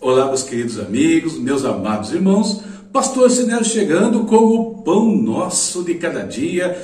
Olá, meus queridos amigos, meus amados irmãos, Pastor Sinésio chegando com o Pão Nosso de Cada Dia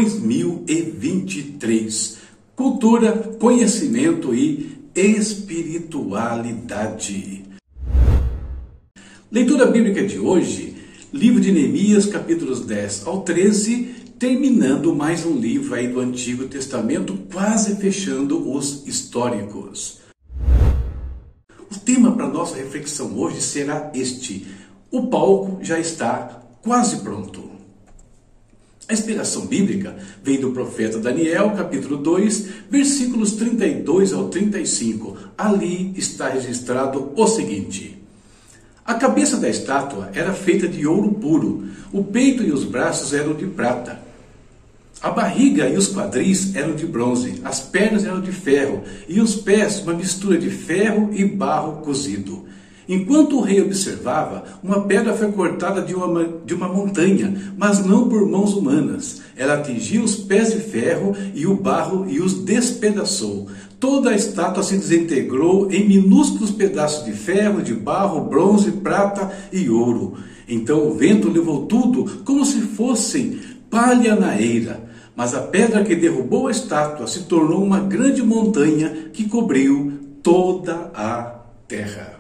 2023. Cultura, conhecimento e espiritualidade. Leitura bíblica de hoje, livro de Neemias, capítulos 10 ao 13, terminando mais um livro aí do Antigo Testamento, quase fechando os históricos. O tema para nossa reflexão hoje será este: o palco já está quase pronto. A inspiração bíblica vem do profeta Daniel, capítulo 2, versículos 32 ao 35. Ali está registrado o seguinte: a cabeça da estátua era feita de ouro puro, o peito e os braços eram de prata. A barriga e os quadris eram de bronze, as pernas eram de ferro, e os pés uma mistura de ferro e barro cozido. Enquanto o rei observava, uma pedra foi cortada de uma montanha, mas não por mãos humanas. Ela atingiu os pés de ferro e o barro e os despedaçou. Toda a estátua se desintegrou em minúsculos pedaços de ferro, de barro, bronze, prata e ouro. Então o vento levou tudo como se fossem palha na eira. Mas a pedra que derrubou a estátua se tornou uma grande montanha que cobriu toda a terra.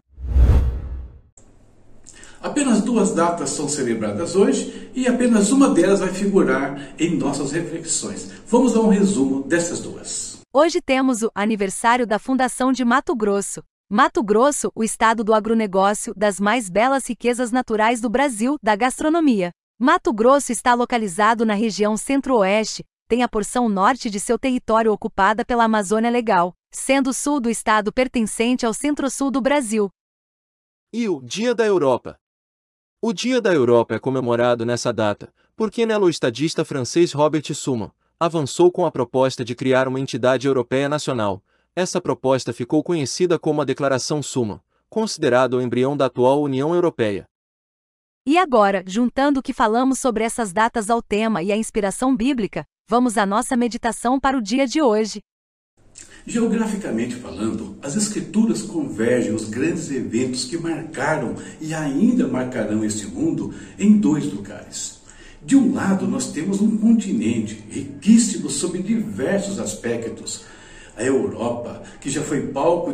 Apenas duas datas são celebradas hoje e apenas uma delas vai figurar em nossas reflexões. Vamos a um resumo dessas duas. Hoje temos o aniversário da fundação de Mato Grosso. Mato Grosso, o estado do agronegócio, das mais belas riquezas naturais do Brasil, da gastronomia. Mato Grosso está localizado na região centro-oeste, tem a porção norte de seu território ocupada pela Amazônia Legal, sendo o sul do estado pertencente ao centro-sul do Brasil. E o Dia da Europa? O Dia da Europa é comemorado nessa data, porque nela o estadista francês Robert Schuman avançou com a proposta de criar uma entidade europeia nacional. Essa proposta ficou conhecida como a Declaração Schuman, considerado o embrião da atual União Europeia. E agora, juntando o que falamos sobre essas datas ao tema e a inspiração bíblica, vamos à nossa meditação para o dia de hoje. Geograficamente falando, as Escrituras convergem os grandes eventos que marcaram e ainda marcarão este mundo em dois lugares. De um lado, nós temos um continente riquíssimo sob diversos aspectos. A Europa, que já foi palco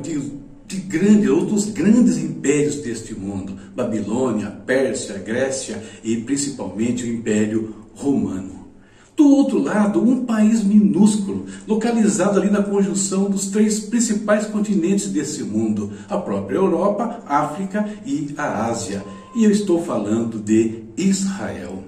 ou dos grandes impérios deste mundo, Babilônia, Pérsia, Grécia e principalmente o Império Romano. Do outro lado, um país minúsculo, localizado ali na conjunção dos três principais continentes desse mundo, a própria Europa, África e a Ásia. E eu estou falando de Israel.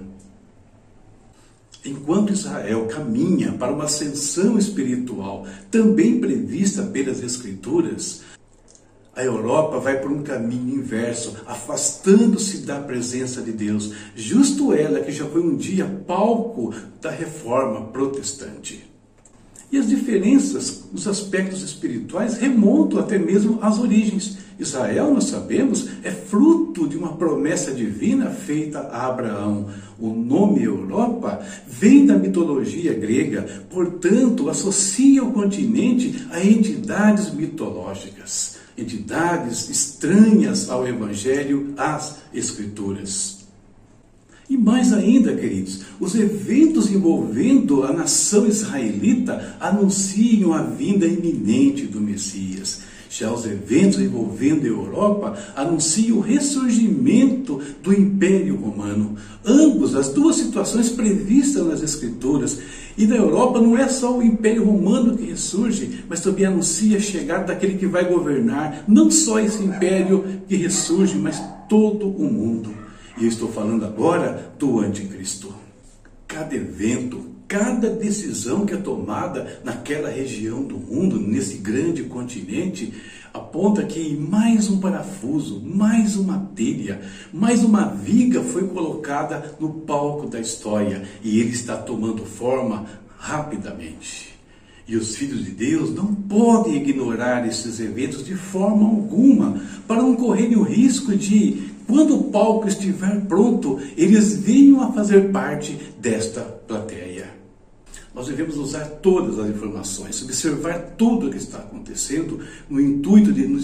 Enquanto Israel caminha para uma ascensão espiritual, também prevista pelas Escrituras, a Europa vai por um caminho inverso, afastando-se da presença de Deus. Justo ela que já foi um dia palco da reforma protestante. E as diferenças, os aspectos espirituais remontam até mesmo às origens. Israel, nós sabemos, é fruto de uma promessa divina feita a Abraão. O nome Europa vem da mitologia grega, portanto, associa o continente a entidades mitológicas, entidades estranhas ao Evangelho, às Escrituras. E mais ainda, queridos, os eventos envolvendo a nação israelita anunciam a vinda iminente do Messias. Já os eventos envolvendo a Europa anunciam o ressurgimento do Império Romano. As duas situações previstas nas Escrituras. E na Europa não é só o Império Romano que ressurge, mas também anuncia a chegada daquele que vai governar, não só esse império que ressurge, mas todo o mundo. E eu estou falando agora do Anticristo. Cada evento, cada decisão que é tomada naquela região do mundo, nesse grande continente, aponta que mais um parafuso, mais uma telha, mais uma viga foi colocada no palco da história e ele está tomando forma rapidamente. E os filhos de Deus não podem ignorar esses eventos de forma alguma, para não correrem o risco de, quando o palco estiver pronto, eles venham a fazer parte desta plateia. Nós devemos usar todas as informações, observar tudo o que está acontecendo, no intuito de nos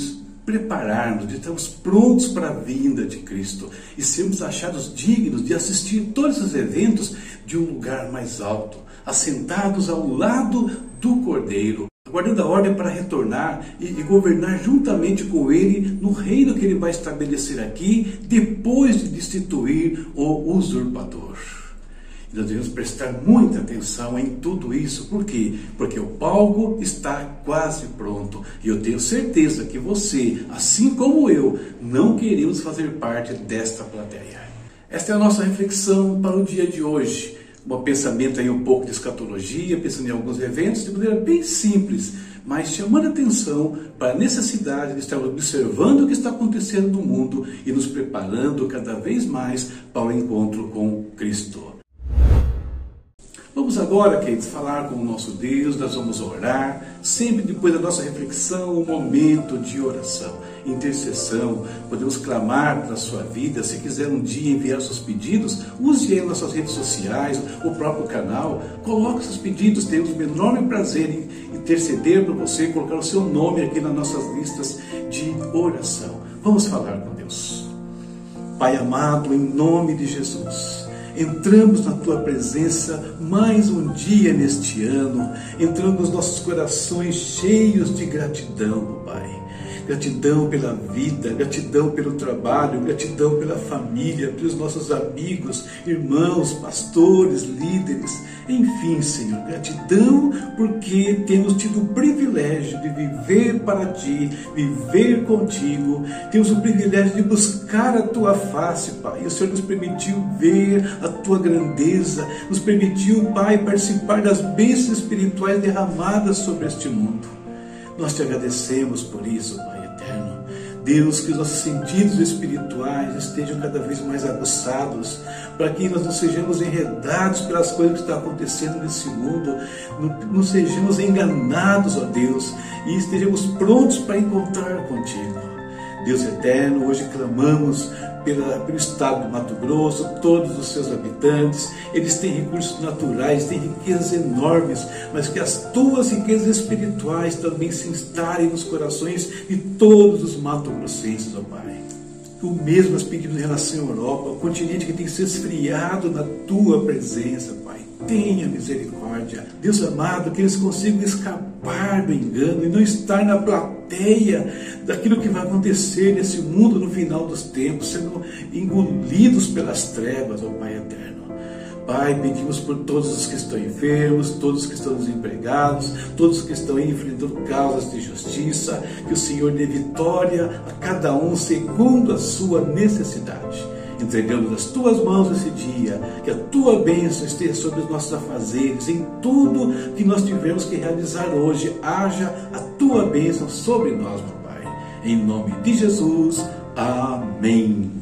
prepararmos, de estarmos prontos para a vinda de Cristo e sermos achados dignos de assistir todos esses eventos de um lugar mais alto, assentados ao lado do Cordeiro, aguardando a ordem para retornar e governar juntamente com Ele no reino que Ele vai estabelecer aqui, depois de destituir o usurpador. E nós devemos prestar muita atenção em tudo isso. Por quê? Porque o palco está quase pronto. E eu tenho certeza que você, assim como eu, não queremos fazer parte desta plateia. Esta é a nossa reflexão para o dia de hoje. Um pensamento aí um pouco de escatologia, pensando em alguns eventos de maneira bem simples, mas chamando a atenção para a necessidade de estar observando o que está acontecendo no mundo e nos preparando cada vez mais para o encontro com Cristo. Vamos agora, queridos, falar com o nosso Deus. Nós vamos orar, sempre depois da nossa reflexão, um momento de oração, intercessão. Podemos clamar pela sua vida. Se quiser um dia enviar seus pedidos, use aí nas suas redes sociais, o próprio canal, coloque seus pedidos. Temos o enorme prazer em interceder por você, colocar o seu nome aqui nas nossas listas de oração. Vamos falar com Deus. Pai amado, em nome de Jesus, entramos na Tua presença mais um dia neste ano, entrando nos nossos corações cheios de gratidão, Pai. Gratidão pela vida, gratidão pelo trabalho, gratidão pela família, pelos nossos amigos, irmãos, pastores, líderes, enfim, Senhor, gratidão porque temos tido o privilégio de viver para Ti, viver contigo, temos o privilégio de buscar a Tua face, Pai, e o Senhor nos permitiu ver a Tua grandeza, nos permitiu, Pai, participar das bênçãos espirituais derramadas sobre este mundo. Nós Te agradecemos por isso, Pai eterno. Deus, que os nossos sentidos espirituais estejam cada vez mais aguçados, para que nós não sejamos enredados pelas coisas que estão acontecendo nesse mundo, não sejamos enganados, ó Deus, e estejamos prontos para encontrar contigo. Deus eterno, hoje clamamos pelo estado do Mato Grosso, todos os seus habitantes. Eles têm recursos naturais, têm riquezas enormes, mas que as Tuas riquezas espirituais também se instalem nos corações de todos os mato-grossenses, ó Pai. O mesmo nós pedimos em relação à Europa, o continente que tem se esfriado na Tua presença, Pai. Tenha misericórdia, Deus amado, que eles consigam escapar do engano e não estar na plateia daquilo que vai acontecer nesse mundo no final dos tempos, sendo engolidos pelas trevas, ó Pai eterno. Pai, pedimos por todos os que estão enfermos, todos os que estão desempregados, todos os que estão enfrentando causas de justiça, que o Senhor dê vitória a cada um segundo a sua necessidade. Entregamos nas Tuas mãos esse dia, que a Tua bênção esteja sobre os nossos afazeres, em tudo que nós tivermos que realizar hoje, haja a Tua bênção sobre nós, meu Pai. Em nome de Jesus, amém.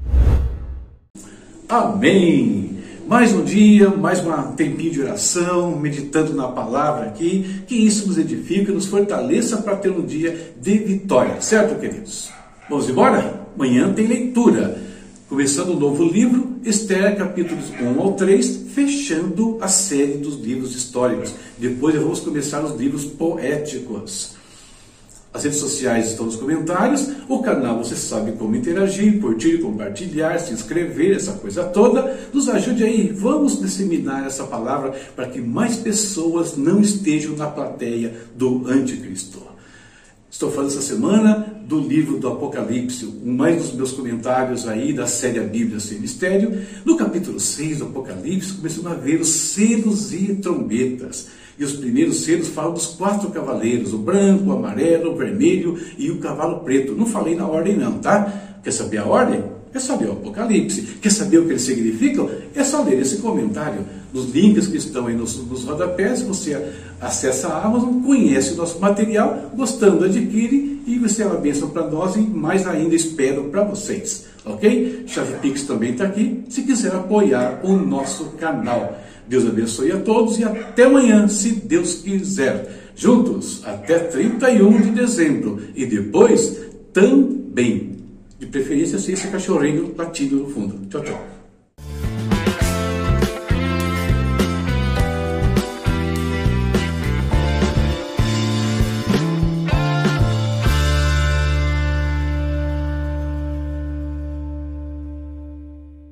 Amém. Mais um dia, mais um tempinho de oração, meditando na palavra aqui, que isso nos edifique e nos fortaleça para ter um dia de vitória, certo, queridos? Vamos embora? Amanhã tem leitura. Começando um novo livro, Esther, capítulos 1 ao 3, fechando a série dos livros históricos. Depois vamos começar os livros poéticos. As redes sociais estão nos comentários, o canal você sabe como interagir, curtir, compartilhar, se inscrever, essa coisa toda. Nos ajude aí, vamos disseminar essa palavra para que mais pessoas não estejam na plateia do anticristo. Estou falando essa semana do livro do Apocalipse, mais dos meus comentários aí da série A Bíblia Sem Mistério. No capítulo 6 do Apocalipse, começamos a ver os selos e trombetas. E os primeiros selos falam dos 4 cavaleiros, o branco, o amarelo, o vermelho e o cavalo preto. Não falei na ordem não, tá? Quer saber a ordem? É saber o Apocalipse. Quer saber o que eles significam? É só ler esse comentário. Nos links que estão aí nos rodapés, você acessa a Amazon, conhece o nosso material, gostando, adquire e você é uma bênção para nós e mais ainda espero para vocês. Ok? Chave Pix também está aqui, se quiser apoiar o nosso canal. Deus abençoe a todos e até amanhã, se Deus quiser. Juntos, até 31 de dezembro. E depois, também. De preferência, sem esse cachorrinho latindo no fundo. Tchau, tchau.